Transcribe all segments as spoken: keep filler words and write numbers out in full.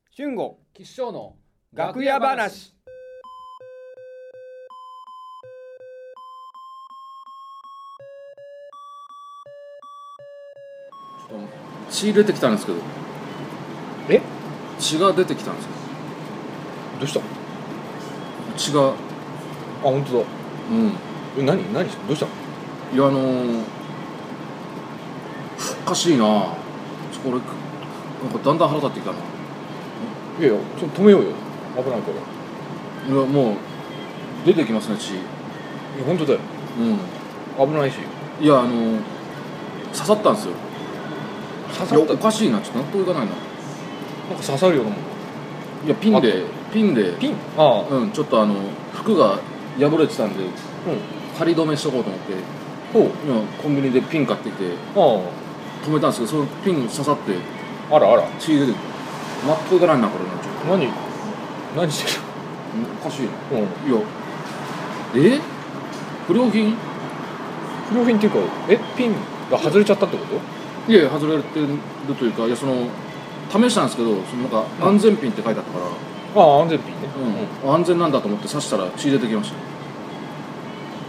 俊吾吉祥の楽屋話。 血出てきたんですけど。 え血が出てきたんですよ。 どうした？ 血が。あ、 本当だ。 うんえ、何何どうした？ いや、あのー、おかしいな。ちょこれなんかだんだん腹立ってきたな。 いやいや、ちょっと止めようよ。危ないから。 いや、もう出てきますね、血。 いや、本当だよ。 うん。 危ないし。 いや、あのー、刺さったんですよ。 刺さった。 いや、おかしいな。ちょっと納得いかないな。 なんか刺さるようなもん。 いや、ピンでピンでピン？ああ。 うん、ちょっとあの服が破れてたんでうん。 仮止めしとこうと思ってほう。 今コンビニでピン買ってきてあ止めたんですけど、そのピン刺さってあ。あらあら。 血出て納得いかないな、これな。ちょっと何何してる？ おかしいな。 うん。 いや、え不良品？ 不良品っていうか、え、ピンが外れちゃったってこと？ いやいや、外れてるというか、いや、その試したんですけど、そのなんか安全ピンって書いてあったから、 ああ、安全ピンね。 うん、安全なんだと思って刺したら血出てきました。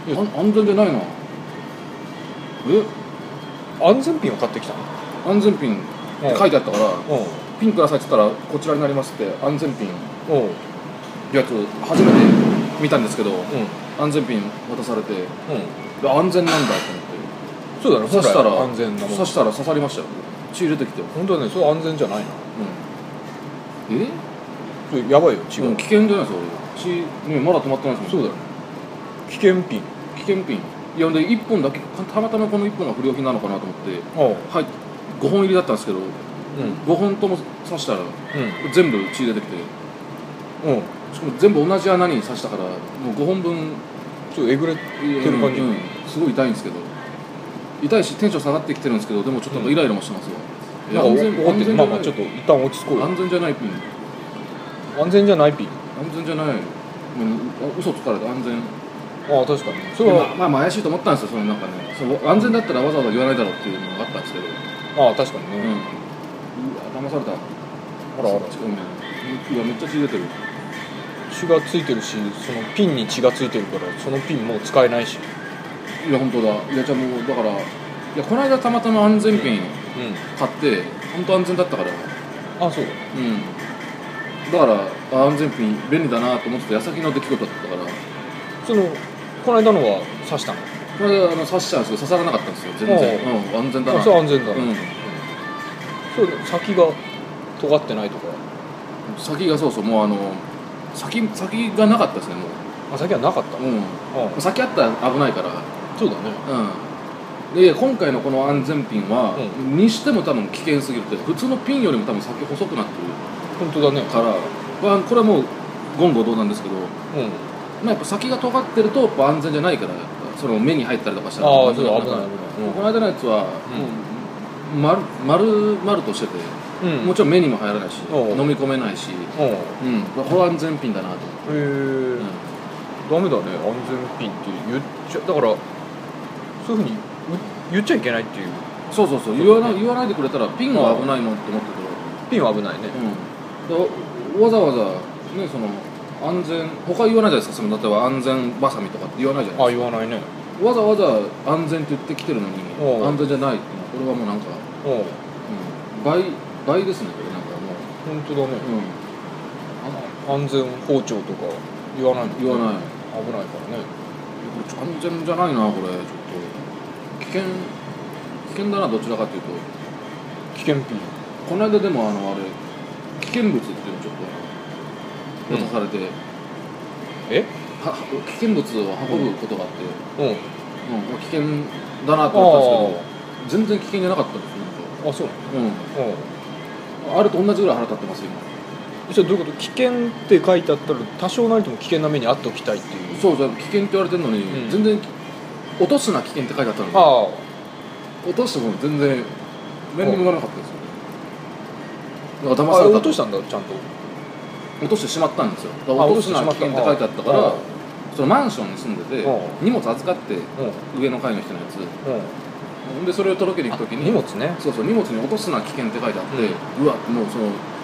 いや、あ安全じゃないな。え安全ピンを買ってきたの？ 安全ピンって書いてあったから、 うピンくださいって言ったらこちらになりますって安全ピンん。うん。 やつ初めて見たんですけど、 うん。 安全ピン渡されて、いうん。 や安全なんだと思ってそうだね。 刺したら安全なもん。 刺したら刺さりましたよ。血出てきて、 本当はね、それ安全じゃないな。 うん、えそれやばいよ、違う。 もう危険じゃないですか。血ねまだ止まってないですもん。 そうだよ。危険ピン。 危険ピン。いや、でいっぽんだけたまたまこのいっぽんが不良品なのかなと思ってああ。 はいごほん入りだったんですけど、 うん。 ごほんとも刺したらう全部血出てきて、 ん。うん。 しかも全部同じ穴に刺したからもうごほんぶんちょっとえぐれてる感じ。 うんうん、すごい痛いんですけど、痛いしテンション下がってきてるんですけど、でもちょっとなんかイライラもしてますよ。いやなんか安全怒ってる。まあまあ、 安ちょっと一旦落ち着こうよ。 安全じゃないピン。 安全じゃないピン。 安全じゃない。もう嘘つかれて安全。 ああ、確かに。それは、 まあまあ怪しいと思ったんですよ。そのなんかね、その安全だったらわざわざ言わないだろうっていうのがあったんですけど、 ああ、確かにうん、うね。 わ騙された。 あらあら。 うん、いやめっちゃ血出てる。 血がついてるし、そのピンに血がついてるから、そのピンもう使えないし。 いや本当だ。いやじゃあもうだから、いやこの間たまたま安全ピンうん。 買って本当安全だったから、 あ、そうだ。 うん、だからあ安全ピン便利だなと思ってた矢先の出来事だったから、 その、この間のは刺したの？ これあの刺しちゃうんですけど刺さらなかったんですよ全然。うん、安全だな。 あ、それ安全だね。 うん、 そう先が尖ってないとか。 先がそうそうもうあの先先がなかったですねもう。 あ、先はなかった。 うん、 あ先あったら危ないから。 そうだね。 うん、で今回のこの安全ピンは、 うにしても多分危険すぎるって、普通のピンよりも多分先細くなってる本当だね。 から、まあ、これはもう言語道なんですけど、 うん。 まあ、やっぱ先が尖ってるとやっぱ安全じゃないから、やっぱその目に入ったりとかしたらああ、 安全だからそうだ、危ない危ない。 この間のやつは、もう丸丸丸としてて、 うん。 もちろん目にも入らないし、 おう飲み込めないし、 うん。 うん、これは安全ピンだなと思って。 へえ、 うんダメだね、安全ピンって言っちゃだからそういうふうに言っちゃいけないっていう。 そうそうそう、言わない言わないでくれたらピンは危ないのって思ってたけど、 ピンは危ないね。 うん、だわざわざねその安全他言わないじゃないですか。その例えば安全バサミとかって言わないじゃなあ、 いです言わないね。 か。わざわざ安全って言ってきてるのにおう安全じゃないっていうのはこれはもうなんか、 うん、 うん、倍倍ですねこれなんかも本当だね。 う、うん、 安全包丁とか言わないの？ 言わない。 危ないからね。 安全じゃないなこれ。ちょっと危険危険だな、どちらかというと。 危険ピン。 この間でもあのあれ危険物っていうのをちょっと渡されて、 え？ は危険物を運ぶことがあって、 うん。 うん、危険だなと思ったんですけど全然危険じゃなかったんですよ。なんかあ、そうなの？うん。 うん、あれと同じぐらい腹立ってます今。 じゃあどういうこと？危険って書いてあったら多少なりとも危険な目に遭っておきたいっていう。 そうそう、危険って言われてるのに、 うん、 全然落とすな危険って書いてあったのに、 あ落としても全然何にもならなかったですよ。だからあ。あ、 騙された。 落としたんだちゃんと。 落としてしまったんですよ。だから落とすな危険って書いてあったから、そのマンションに住んでて荷物預かって、上の階の人のやつ、うん、でそれを届けに行くときに荷物ね。 そうそう、荷物に落とすな危険って書いてあって、うん、うわもうその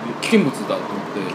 危険物だと思って、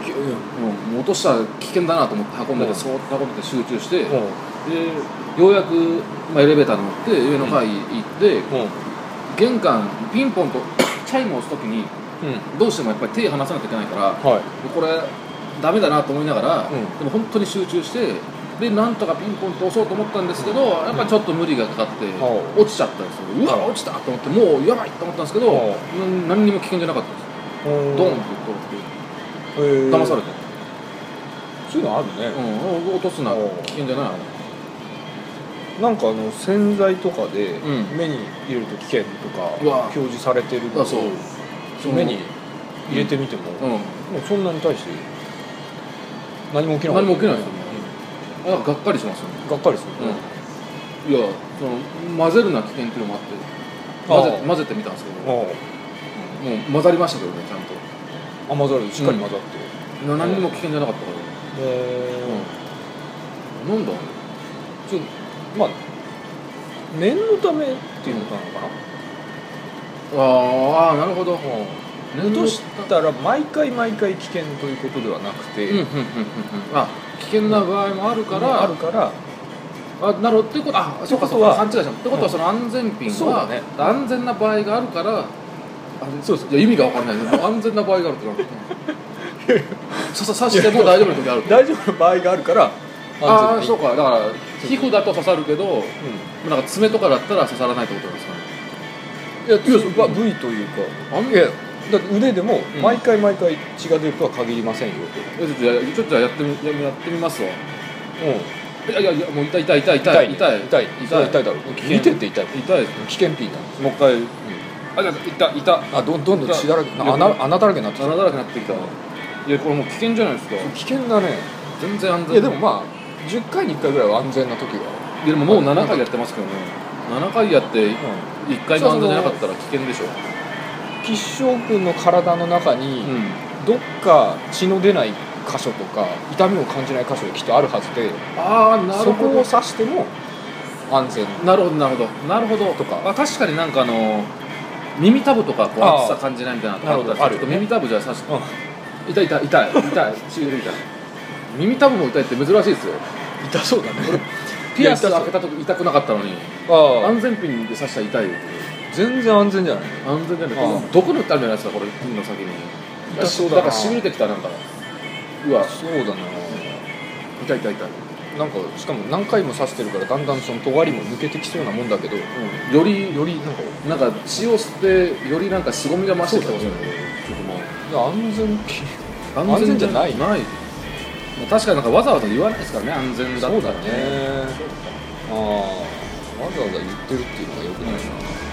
うん、もう落としたら危険だなと思って運んでて、うん、そーっと運んでて集中して、うん、でようやく、まあ、エレベーターに乗って上の階行って、うん、玄関ピンポンとチャイムを押す時に、うん、どうしてもやっぱり手離さなきゃいけないから、はい、これダメだなと思いながら、うん、でも本当に集中してでなんとかピンポンと押そうと思ったんですけど、うん、やっぱりちょっと無理がかかって、うん、落ちちゃったんですよ。うわ落ちたと思ってもうやばいと思ったんですけど、うん、何にも危険じゃなかったんですよ。ドーンって言って騙されて、 そういうのあるね、 うん、落とすな危険じゃない。 なんかあの洗剤とかで目に入れると危険とか表示されてるけど、そう目に入れてみても、うん、もうそんなに対して何も起きない、 何も起きないですよね、うん、なんかがっかりしますよね。 がっかりする、 うん、いやその混ぜるな危険っていうのもあって混ぜ混ぜてみたんですけど、もう混ざりましたけどね、ちゃんと。 あ、混ざる、しっかり混ざって、 うん、何にも危険じゃなかったから。へえー、うん、なんだちょまあ念のためっていうことなのかな。 ああ、なるほど。 落としたら毎回毎回危険ということではなくて、うんうんうんうん、 あ、危険な場合もあるから、 あるからあ、なるほどっていうこと、あ、そうかそうか、勘違いしたってことは、その安全ピンは、ね、安全な場合があるから、あ、そうです。いや意味が分かんないです。安全な場合があるってなんかささ刺しても大丈夫な時ある。 大丈夫な場合があるから。 ああ、そうか。だから皮膚だと刺さるけど、うん、なんか爪とかだったら刺さらないってことなんですかね。 いや、いや、うん、部位というか、あんいやだって腕でも毎回毎回血が出るとは限りませんよと。 うん、ちょっとちょっとやってみやってみますわ。うん。いやいやいや、もう痛い痛い痛い痛い痛い痛い痛い痛いだろ。見てて痛い。痛い。危険ピンなんです。 もう一回。うん、あ、じゃあ痛い痛い。 あ、どんどんどん血だらけ、穴穴だらけになってきた。 穴だらけになってきた。いや、これもう危険じゃないですか。 危険だね。 全然安全。 いやでもまあじゅっかいにいっかいぐらいは安全な時が。 でももうななかいやってますけどね。ななかいやっていっかいも安全じゃなかったら危険でしょ。 吉祥君の体の中にどっか血の出ない箇所とか痛みを感じない箇所がきっとあるはずで、ああ、なるほど、そこを刺しても安全。 なるほどなるほどなるほどとか、あ、確かになんかあの耳たぶとかこう熱さ感じないみたいなのあったら、ちょっと耳たぶじゃ刺して、うん、痛い痛い痛い痛いしびれる痛い。耳たぶも痛いって珍しいですよ。 痛そうだね。 俺ピアス開けた時痛くなかったのに、あ、安全ピンで刺したら痛いよ。 全然安全じゃない。 安全じゃない。どこに打ってあるんじゃないですか、これピンの先に。痛そうだな。だからしびれてきた。なんかうわ、 そうだな。 痛い痛い痛い。 なんかしかも何回も刺してるからだんだんその尖りも抜けてきそうなもんだけど、うん、 よりよりなんかなんか血を吸ってよりなんか凄みが増してきてますよね。ちょっともう安全ピン安全じゃない。 ない。確かになんかわざわざ言わないですからね、安全だったらね。 そうだね。ああ、わざわざ言ってるっていうのがよくないな。